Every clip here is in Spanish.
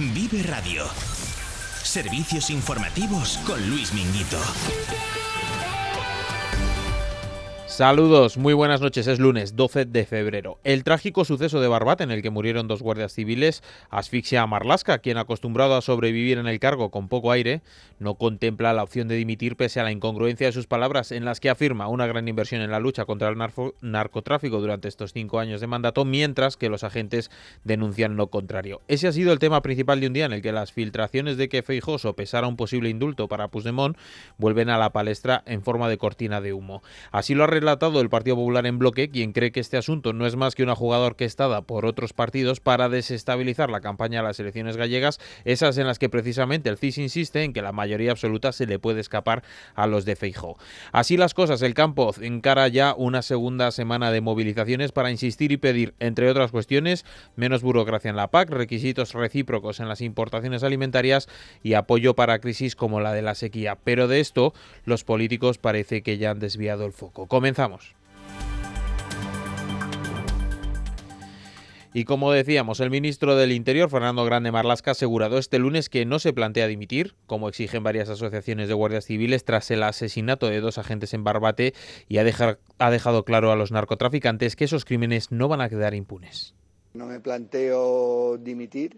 Vive Radio. Servicios informativos con Luis Minguito. Saludos, muy buenas noches, es lunes 12 de febrero. El trágico suceso de Barbate, en el que murieron 2 guardias civiles, asfixia a Marlaska, quien, acostumbrado a sobrevivir en el cargo con poco aire, no contempla la opción de dimitir pese a la incongruencia de sus palabras, en las que afirma una gran inversión en la lucha contra el narcotráfico durante estos 5 años de mandato, mientras que los agentes denuncian lo contrario. Ese ha sido el tema principal de un día en el que las filtraciones de que Feijóo sopesara un posible indulto para Puigdemont vuelven a la palestra en forma de cortina de humo. Así lo ha relatado el Partido Popular en bloque, quien cree que este asunto no es más que una jugada orquestada por otros partidos para desestabilizar la campaña a las elecciones gallegas, esas en las que precisamente el CIS insiste en que la mayoría absoluta se le puede escapar a los de Feijóo. Así las cosas, el campo encara ya una segunda semana de movilizaciones para insistir y pedir, entre otras cuestiones, menos burocracia en la PAC, requisitos recíprocos en las importaciones alimentarias y apoyo para crisis como la de la sequía. Pero de esto los políticos parece que ya han desviado el foco. Comenzamos. Y como decíamos, el ministro del Interior, Fernando Grande Marlaska, ha asegurado este lunes que no se plantea dimitir, como exigen varias asociaciones de guardias civiles, tras el asesinato de 2 agentes en Barbate, y ha dejado claro a los narcotraficantes que esos crímenes no van a quedar impunes. No me planteo dimitir,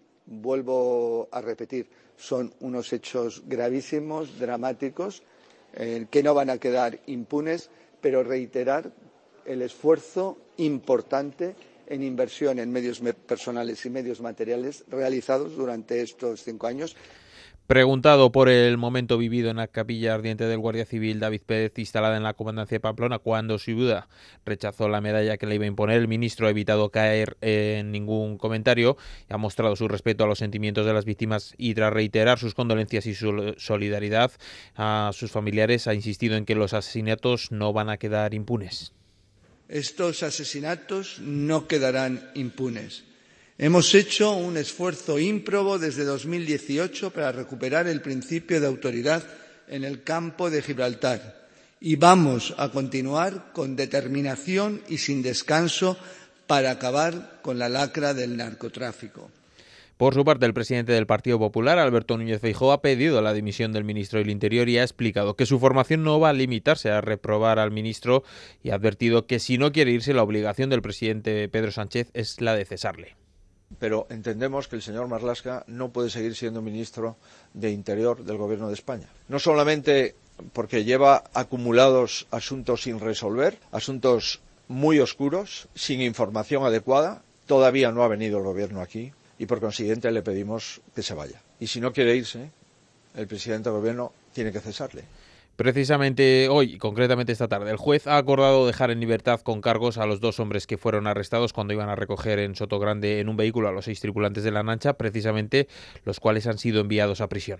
vuelvo a repetir, son unos hechos gravísimos, dramáticos, que no van a quedar impunes, pero reiterar el esfuerzo importante en inversión en medios personales y medios materiales realizados durante estos 5 años. Preguntado por el momento vivido en la capilla ardiente del Guardia Civil David Pérez, instalada en la comandancia de Pamplona, cuando su viuda rechazó la medalla que le iba a imponer, el ministro ha evitado caer en ningún comentario y ha mostrado su respeto a los sentimientos de las víctimas, y tras reiterar sus condolencias y su solidaridad a sus familiares, ha insistido en que los asesinatos no van a quedar impunes. Estos asesinatos no quedarán impunes. Hemos hecho un esfuerzo ímprobo desde 2018 para recuperar el principio de autoridad en el campo de Gibraltar y vamos a continuar con determinación y sin descanso para acabar con la lacra del narcotráfico. Por su parte, el presidente del Partido Popular, Alberto Núñez Feijóo, ha pedido la dimisión del ministro del Interior y ha explicado que su formación no va a limitarse a reprobar al ministro, y ha advertido que si no quiere irse, la obligación del presidente Pedro Sánchez es la de cesarle. Pero entendemos que el señor Marlaska no puede seguir siendo ministro de Interior del Gobierno de España. No solamente porque lleva acumulados asuntos sin resolver, asuntos muy oscuros, sin información adecuada. Todavía no ha venido el Gobierno aquí y por consiguiente le pedimos que se vaya. Y si no quiere irse, el presidente del Gobierno tiene que cesarle. Precisamente hoy, concretamente esta tarde, el juez ha acordado dejar en libertad con cargos a los 2 hombres que fueron arrestados cuando iban a recoger en Sotogrande en un vehículo a los 6 tripulantes de la lancha, precisamente los cuales han sido enviados a prisión.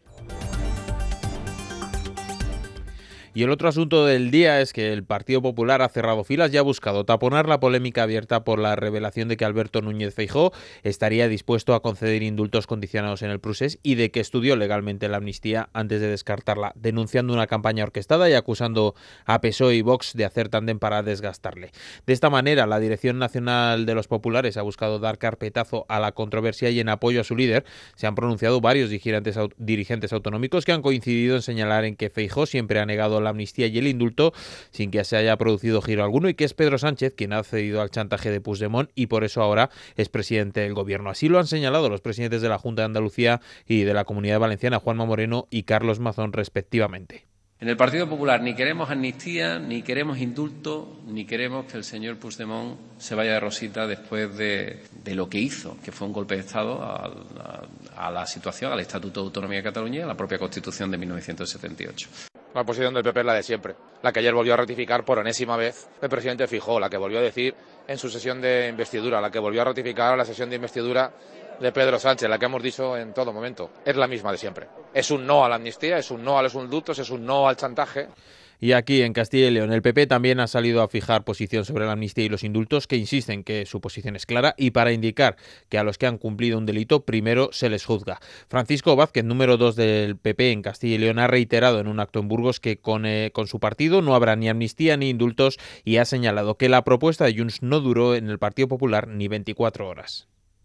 Y el otro asunto del día es que el Partido Popular ha cerrado filas y ha buscado taponar la polémica abierta por la revelación de que Alberto Núñez Feijóo estaría dispuesto a conceder indultos condicionados en el procés y de que estudió legalmente la amnistía antes de descartarla, denunciando una campaña orquestada y acusando a PSOE y Vox de hacer tándem para desgastarle. De esta manera, la Dirección Nacional de los Populares ha buscado dar carpetazo a la controversia y, en apoyo a su líder, se han pronunciado varios dirigentes autonómicos que han coincidido en señalar en que Feijóo siempre ha negado la amnistía y el indulto sin que se haya producido giro alguno, y que es Pedro Sánchez quien ha cedido al chantaje de Puigdemont y por eso ahora es presidente del Gobierno. Así lo han señalado los presidentes de la Junta de Andalucía y de la Comunidad Valenciana, Juanma Moreno y Carlos Mazón, respectivamente. En el Partido Popular ni queremos amnistía, ni queremos indulto, ni queremos que el señor Puigdemont se vaya de rosita después de lo que hizo, que fue un golpe de Estado a la situación, al Estatuto de Autonomía de Cataluña y a la propia Constitución de 1978. La posición del PP es la de siempre, la que ayer volvió a ratificar por enésima vez el presidente Feijóo, la que volvió a decir en su sesión de investidura, la que volvió a ratificar la sesión de investidura de Pedro Sánchez, la que hemos dicho en todo momento. Es la misma de siempre. Es un no a la amnistía, es un no a los indultos, es un no al chantaje. Y aquí en Castilla y León el PP también ha salido a fijar posición sobre la amnistía y los indultos, que insisten que su posición es clara y para indicar que a los que han cumplido un delito primero se les juzga. Francisco Vázquez, número 2 del PP en Castilla y León, ha reiterado en un acto en Burgos que con su partido no habrá ni amnistía ni indultos y ha señalado que la propuesta de Junts no duró en el Partido Popular ni 24 horas.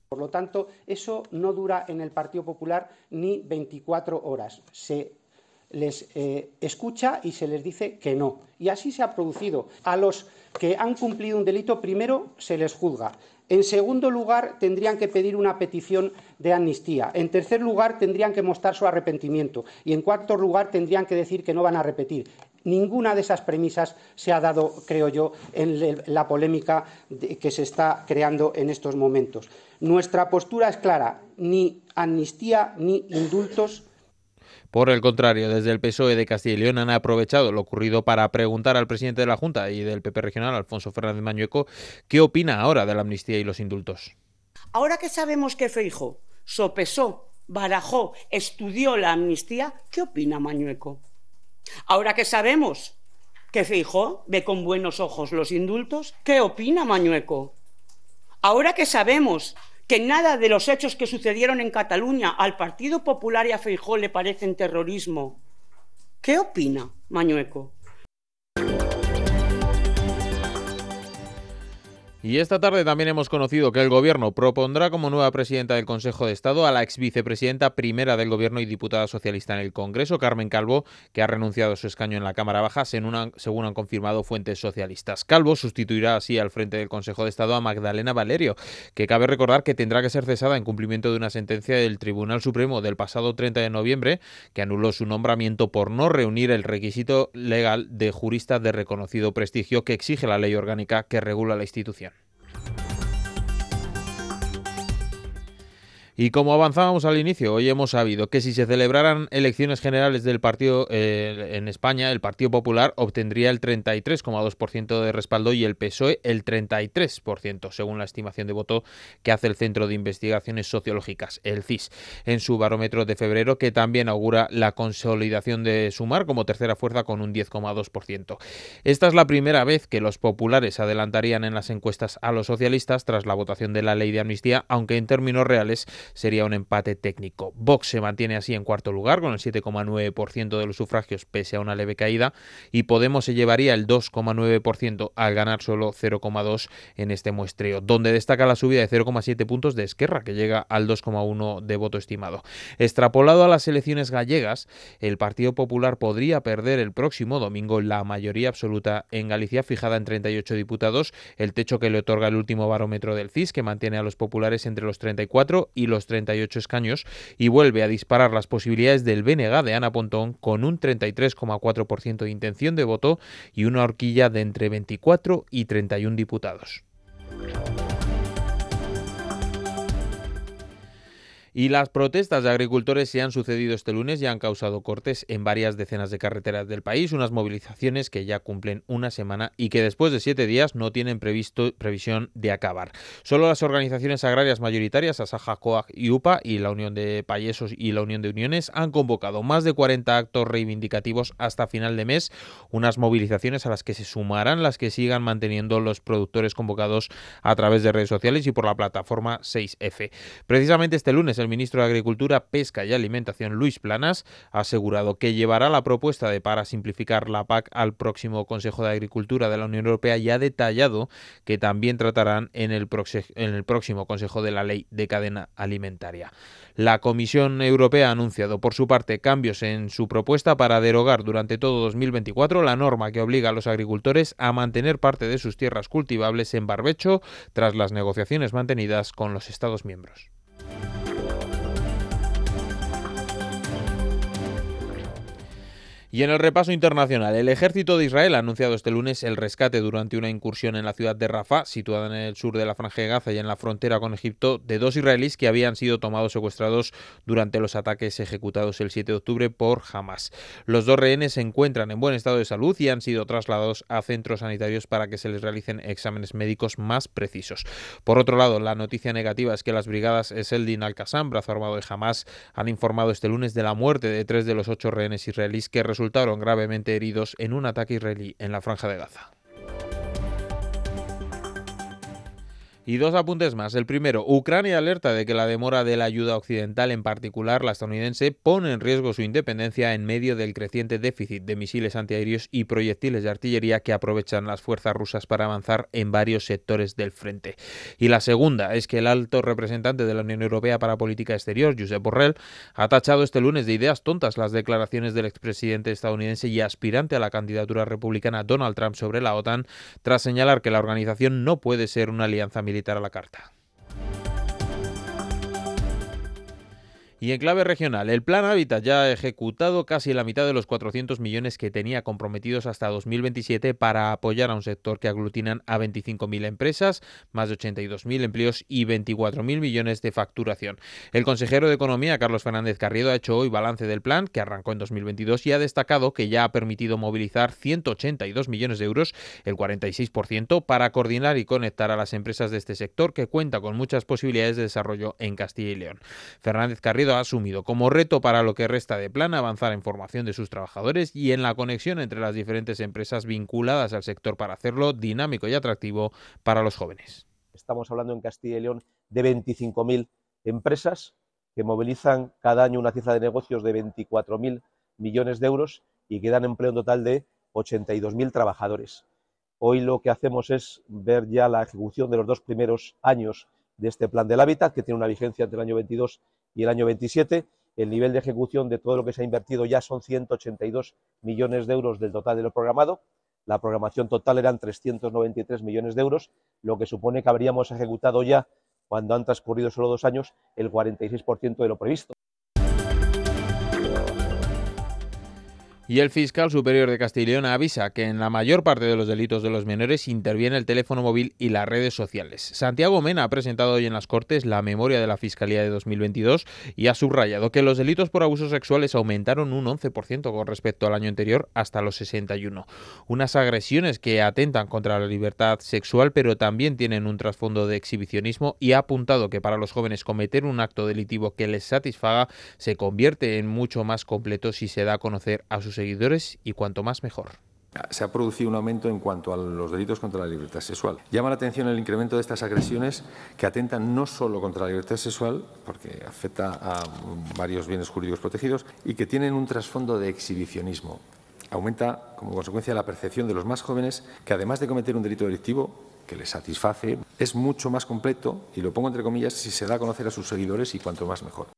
Por lo tanto, eso no dura en el Partido Popular ni 24 horas. Se les escucha y se les dice que no. Y así se ha producido. A los que han cumplido un delito, primero se les juzga. En segundo lugar, tendrían que pedir una petición de amnistía. En tercer lugar, tendrían que mostrar su arrepentimiento. Y en cuarto lugar, tendrían que decir que no van a repetir. Ninguna de esas premisas se ha dado, creo yo, en la polémica que se está creando en estos momentos. Nuestra postura es clara, ni amnistía ni indultos. Por el contrario, desde el PSOE de Castilla y León han aprovechado lo ocurrido para preguntar al presidente de la Junta y del PP regional, Alfonso Fernández Mañueco, qué opina ahora de la amnistía y los indultos. Ahora que sabemos que Feijóo sopesó, barajó, estudió la amnistía, ¿qué opina Mañueco? Ahora que sabemos que Feijóo ve con buenos ojos los indultos, ¿qué opina Mañueco? Ahora que sabemos que nada de los hechos que sucedieron en Cataluña al Partido Popular y a Feijóo le parecen terrorismo, ¿qué opina Mañueco? Y esta tarde también hemos conocido que el Gobierno propondrá como nueva presidenta del Consejo de Estado a la exvicepresidenta primera del Gobierno y diputada socialista en el Congreso, Carmen Calvo, que ha renunciado a su escaño en la Cámara Baja, según han confirmado fuentes socialistas. Calvo sustituirá así al frente del Consejo de Estado a Magdalena Valerio, que cabe recordar que tendrá que ser cesada en cumplimiento de una sentencia del Tribunal Supremo del pasado 30 de noviembre, que anuló su nombramiento por no reunir el requisito legal de jurista de reconocido prestigio que exige la ley orgánica que regula la institución. Y como avanzábamos al inicio, hoy hemos sabido que si se celebraran elecciones generales del partido en España, el Partido Popular obtendría el 33,2% de respaldo y el PSOE el 33%, según la estimación de voto que hace el Centro de Investigaciones Sociológicas, el CIS, en su barómetro de febrero, que también augura la consolidación de Sumar como tercera fuerza con un 10,2%. Esta es la primera vez que los populares adelantarían en las encuestas a los socialistas tras la votación de la ley de amnistía, aunque en términos reales sería un empate técnico. Vox se mantiene así en cuarto lugar con el 7,9% de los sufragios pese a una leve caída y Podemos se llevaría el 2,9% al ganar solo 0,2% en este muestreo, donde destaca la subida de 0,7 puntos de Esquerra, que llega al 2,1% de voto estimado. Extrapolado a las elecciones gallegas, el Partido Popular podría perder el próximo domingo la mayoría absoluta en Galicia, fijada en 38 diputados, el techo que le otorga el último barómetro del CIS, que mantiene a los populares entre los 34 y los 38 escaños, y vuelve a disparar las posibilidades del BNG de Ana Pontón con un 33,4% de intención de voto y una horquilla de entre 24 y 31 diputados. Y las protestas de agricultores se han sucedido este lunes y han causado cortes en varias decenas de carreteras del país, unas movilizaciones que ya cumplen una semana y que después de 7 días no tienen previsión de acabar. Solo las organizaciones agrarias mayoritarias, Asaja, COAG y UPA, y la Unión de Payesos y la Unión de Uniones han convocado más de 40 actos reivindicativos hasta final de mes, unas movilizaciones a las que se sumarán las que sigan manteniendo los productores convocados a través de redes sociales y por la plataforma 6F. Precisamente este lunes el ministro de Agricultura, Pesca y Alimentación, Luis Planas, ha asegurado que llevará la propuesta para simplificar la PAC al próximo Consejo de Agricultura de la Unión Europea y ha detallado que también tratarán en el próximo Consejo de la Ley de Cadena Alimentaria. La Comisión Europea ha anunciado por su parte cambios en su propuesta para derogar durante todo 2024 la norma que obliga a los agricultores a mantener parte de sus tierras cultivables en barbecho tras las negociaciones mantenidas con los Estados miembros. Y en el repaso internacional, el ejército de Israel ha anunciado este lunes el rescate durante una incursión en la ciudad de Rafah, situada en el sur de la Franja de Gaza y en la frontera con Egipto, de 2 israelíes que habían sido tomados secuestrados durante los ataques ejecutados el 7 de octubre por Hamas. Los 2 rehenes se encuentran en buen estado de salud y han sido trasladados a centros sanitarios para que se les realicen exámenes médicos más precisos. Por otro lado, la noticia negativa es que las brigadas Eseldin al-Qassam, brazo armado de Hamas, han informado este lunes de la muerte de 3 de los 8 rehenes israelíes que resultaron gravemente heridos en un ataque israelí en la Franja de Gaza. Y dos apuntes más. El primero, Ucrania alerta de que la demora de la ayuda occidental, en particular la estadounidense, pone en riesgo su independencia en medio del creciente déficit de misiles antiaéreos y proyectiles de artillería que aprovechan las fuerzas rusas para avanzar en varios sectores del frente. Y la segunda es que el alto representante de la Unión Europea para Política Exterior, Josep Borrell, ha tachado este lunes de ideas tontas las declaraciones del expresidente estadounidense y aspirante a la candidatura republicana Donald Trump sobre la OTAN, tras señalar que la organización no puede ser una alianza militar a la carta. Y en clave regional, el Plan Hábitat ya ha ejecutado casi la mitad de los 400 millones que tenía comprometidos hasta 2027 para apoyar a un sector que aglutinan a 25.000 empresas, más de 82.000 empleos y 24.000 millones de facturación. El consejero de Economía, Carlos Fernández Carriedo, ha hecho hoy balance del plan, que arrancó en 2022, y ha destacado que ya ha permitido movilizar 182 millones de euros, el 46%, para coordinar y conectar a las empresas de este sector, que cuenta con muchas posibilidades de desarrollo en Castilla y León. Fernández Carriedo ha asumido como reto para lo que resta de plan avanzar en formación de sus trabajadores y en la conexión entre las diferentes empresas vinculadas al sector para hacerlo dinámico y atractivo para los jóvenes. Estamos hablando en Castilla y León de 25.000 empresas que movilizan cada año una cifra de negocios de 24.000 millones de euros y que dan empleo en total de 82.000 trabajadores. Hoy lo que hacemos es ver ya la ejecución de los 2 primeros años de este plan del hábitat, que tiene una vigencia entre el año 22 y el año 27, el nivel de ejecución de todo lo que se ha invertido ya son 182 millones de euros del total de lo programado. La programación total eran 393 millones de euros, lo que supone que habríamos ejecutado ya, cuando han transcurrido solo 2 años, el 46% de lo previsto. Y el fiscal superior de Castilla y León avisa que en la mayor parte de los delitos de los menores interviene el teléfono móvil y las redes sociales. Santiago Mena ha presentado hoy en las Cortes la memoria de la Fiscalía de 2022 y ha subrayado que los delitos por abusos sexuales aumentaron un 11% con respecto al año anterior, hasta los 61. Unas agresiones que atentan contra la libertad sexual, pero también tienen un trasfondo de exhibicionismo, y ha apuntado que para los jóvenes cometer un acto delictivo que les satisfaga se convierte en mucho más completo si se da a conocer a sus seguidores, y cuanto más mejor. Se ha producido un aumento en cuanto a los delitos contra la libertad sexual. Llama la atención el incremento de estas agresiones, que atentan no solo contra la libertad sexual, porque afecta a varios bienes jurídicos protegidos, y que tienen un trasfondo de exhibicionismo. Aumenta como consecuencia la percepción de los más jóvenes que, además de cometer un delito delictivo que les satisface, es mucho más completo, y lo pongo entre comillas, si se da a conocer a sus seguidores, y cuanto más mejor.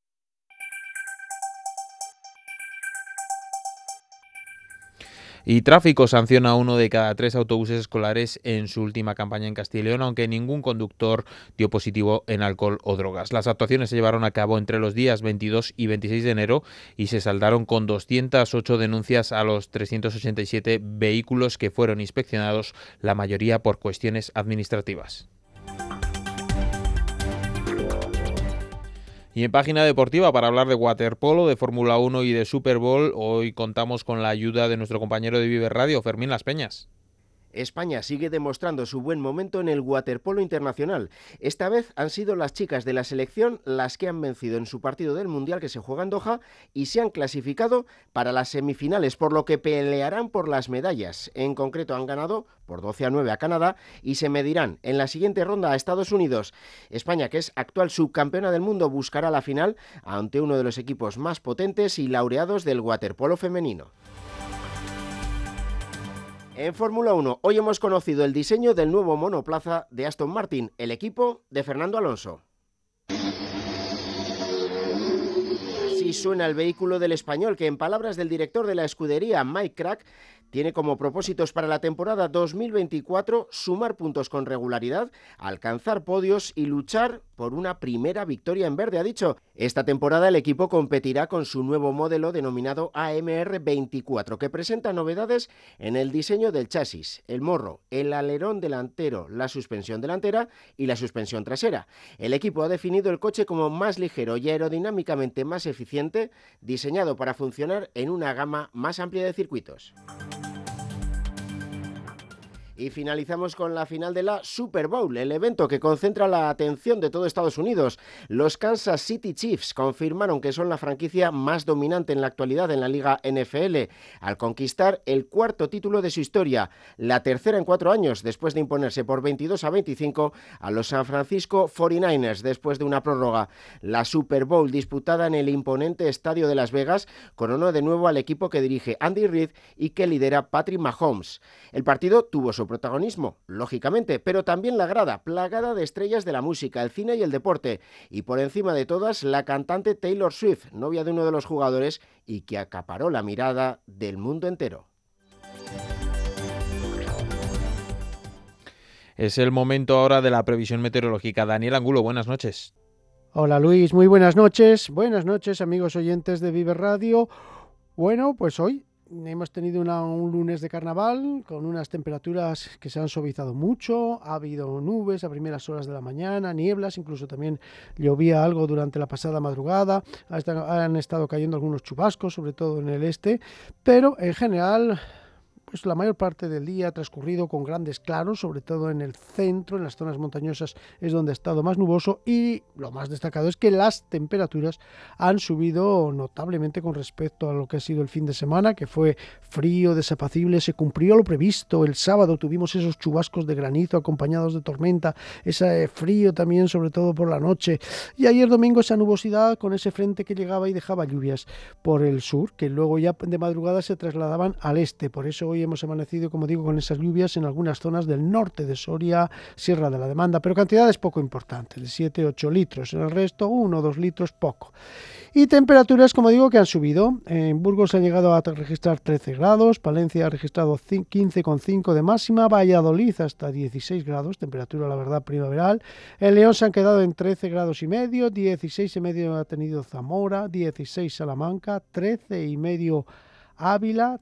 Y Tráfico sanciona a 1 de cada 3 autobuses escolares en su última campaña en Castilla y León, aunque ningún conductor dio positivo en alcohol o drogas. Las actuaciones se llevaron a cabo entre los días 22 y 26 de enero y se saldaron con 208 denuncias a los 387 vehículos que fueron inspeccionados, la mayoría por cuestiones administrativas. Y en página deportiva, para hablar de waterpolo, de Fórmula 1 y de Super Bowl, hoy contamos con la ayuda de nuestro compañero de Vive Radio, Fermín Las Peñas. España sigue demostrando su buen momento en el waterpolo internacional. Esta vez han sido las chicas de la selección las que han vencido en su partido del Mundial, que se juega en Doha, y se han clasificado para las semifinales, por lo que pelearán por las medallas. En concreto han ganado por 12-9 a Canadá y se medirán en la siguiente ronda a Estados Unidos. España, que es actual subcampeona del mundo, buscará la final ante uno de los equipos más potentes y laureados del waterpolo femenino. En Fórmula 1, hoy hemos conocido el diseño del nuevo monoplaza de Aston Martin, el equipo de Fernando Alonso. Así suena el vehículo del español, que en palabras del director de la escudería, Mike Crack, tiene como propósitos para la temporada 2024 sumar puntos con regularidad, alcanzar podios y luchar por una primera victoria en verde. Ha dicho, esta temporada el equipo competirá con su nuevo modelo denominado AMR24, que presenta novedades en el diseño del chasis, el morro, el alerón delantero, la suspensión delantera y la suspensión trasera. El equipo ha definido el coche como más ligero y aerodinámicamente más eficiente, diseñado para funcionar en una gama más amplia de circuitos. Y finalizamos con la final de la Super Bowl, el evento que concentra la atención de todo Estados Unidos. Los Kansas City Chiefs confirmaron que son la franquicia más dominante en la actualidad en la liga NFL, al conquistar el 4º título de su historia, la tercera en 4 años, después de imponerse por 22-25 a los San Francisco 49ers después de una prórroga. La Super Bowl, disputada en el imponente estadio de Las Vegas, coronó de nuevo al equipo que dirige Andy Reid y que lidera Patrick Mahomes. El partido tuvo su protagonismo, lógicamente, pero también la grada, plagada de estrellas de la música, el cine y el deporte, y por encima de todas la cantante Taylor Swift, novia de uno de los jugadores y que acaparó la mirada del mundo entero. Es el momento ahora de la previsión meteorológica. Daniel Angulo, buenas noches. Hola Luis, muy buenas noches. Buenas noches amigos oyentes de Vive Radio. Bueno, pues hoy hemos tenido un lunes de carnaval con unas temperaturas que se han suavizado mucho. Ha habido nubes a primeras horas de la mañana, nieblas, incluso también llovía algo durante la pasada madrugada. Han estado cayendo algunos chubascos, sobre todo en el este, pero en general pues la mayor parte del día ha transcurrido con grandes claros, sobre todo en el centro, en las zonas montañosas es donde ha estado más nuboso, y lo más destacado es que las temperaturas han subido notablemente con respecto a lo que ha sido el fin de semana, que fue frío, desapacible. Se cumplió lo previsto. El sábado tuvimos esos chubascos de granizo acompañados de tormenta, ese frío también, sobre todo por la noche, y ayer domingo esa nubosidad con ese frente que llegaba y dejaba lluvias por el sur, que luego ya de madrugada se trasladaban al este. Por eso hoy hemos amanecido, como digo, con esas lluvias en algunas zonas del norte de Soria, Sierra de la Demanda, pero cantidades poco importantes, de 7-8 litros. En el resto, 1 o 2 litros, poco. Y temperaturas, como digo, que han subido. En Burgos han llegado a registrar 13 grados, Palencia ha registrado 15,5 de máxima, Valladolid hasta 16 grados, temperatura, la verdad, primaveral. En León se han quedado en 13 grados y medio, 16 y medio ha tenido Zamora, 16 Salamanca, 13 y medio Ávila,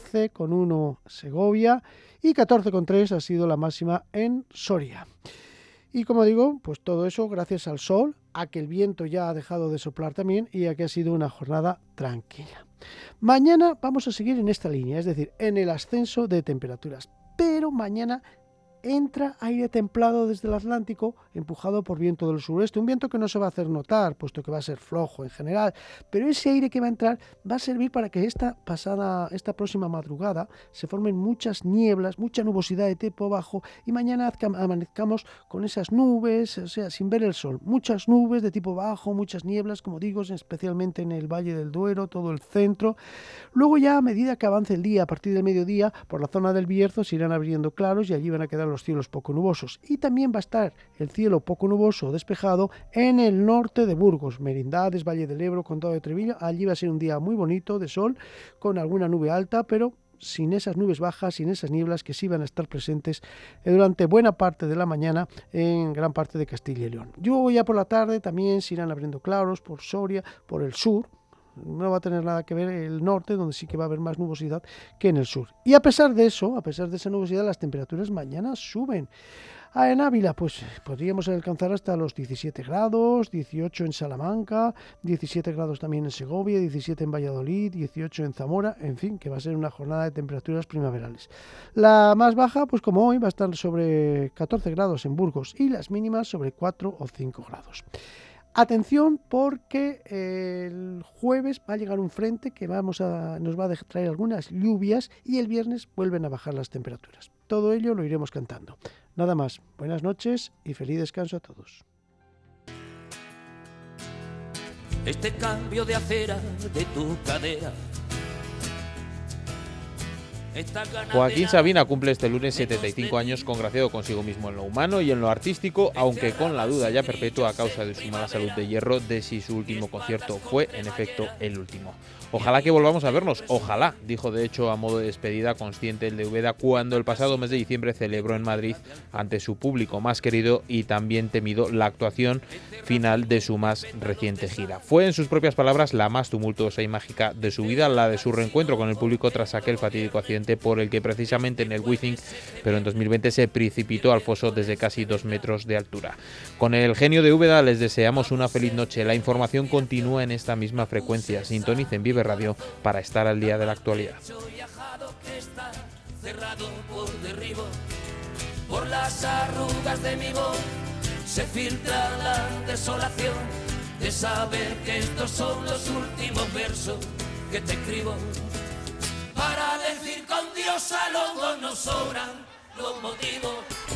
13,1 Segovia y 14,3 ha sido la máxima en Soria. Y como digo, pues todo eso gracias al sol, a que el viento ya ha dejado de soplar también y a que ha sido una jornada tranquila. Mañana vamos a seguir en esta línea, es decir, en el ascenso de temperaturas, pero mañana entra aire templado desde el Atlántico, empujado por viento del sureste, un viento que no se va a hacer notar, puesto que va a ser flojo en general, pero ese aire que va a entrar va a servir para que esta próxima madrugada se formen muchas nieblas, mucha nubosidad de tipo bajo, y mañana amanezcamos con esas nubes, o sea, sin ver el sol, muchas nubes de tipo bajo, muchas nieblas, como digo, especialmente en el Valle del Duero, todo el centro. Luego ya a medida que avance el día, a partir del mediodía, por la zona del Bierzo se irán abriendo claros y allí van a quedar los cielos poco nubosos, y también va a estar el cielo poco nuboso despejado en el norte de Burgos, Merindades, Valle del Ebro, Condado de Treviño. Allí va a ser un día muy bonito de sol, con alguna nube alta, pero sin esas nubes bajas, sin esas nieblas que sí van a estar presentes durante buena parte de la mañana en gran parte de Castilla y León. Luego ya por la tarde también se irán abriendo claros por Soria, por el sur. No va a tener nada que ver el norte, donde sí que va a haber más nubosidad que en el sur. Y a pesar de eso, a pesar de esa nubosidad, las temperaturas mañana suben. En Ávila, pues podríamos alcanzar hasta los 17 grados, 18 en Salamanca, 17 grados también en Segovia, 17 en Valladolid, 18 en Zamora, en fin, que va a ser una jornada de temperaturas primaverales. La más baja, pues como hoy, va a estar sobre 14 grados en Burgos y las mínimas sobre 4 o 5 grados. Atención, porque el jueves va a llegar un frente que nos va a traer algunas lluvias y el viernes vuelven a bajar las temperaturas. Todo ello lo iremos cantando. Nada más, buenas noches y feliz descanso a todos. Este cambio de acera de tu cadera. Joaquín Sabina cumple este lunes 75 años, congraciado consigo mismo en lo humano y en lo artístico, aunque con la duda ya perpetua a causa de su mala salud de hierro de si su último concierto fue, en efecto, el último. Ojalá que volvamos a vernos, ojalá, dijo de hecho a modo de despedida consciente el de Úbeda cuando el pasado mes de diciembre celebró en Madrid ante su público más querido y también temido la actuación final de su más reciente gira. Fue en sus propias palabras la más tumultuosa y mágica de su vida, la de su reencuentro con el público tras aquel fatídico accidente por el que precisamente en el Wizzing, pero en 2020 se precipitó al foso desde casi 2 metros de altura. Con el genio de Úbeda les deseamos una feliz noche. La información continúa en esta misma frecuencia. Sintonicen Vive Radio para estar al día de la actualidad. cerrado por derribo, por las arrugas de mi voz se filtra la desolación de saber que estos son los últimos versos que te escribo. Para decir con Dios a los dos nos sobran los motivos.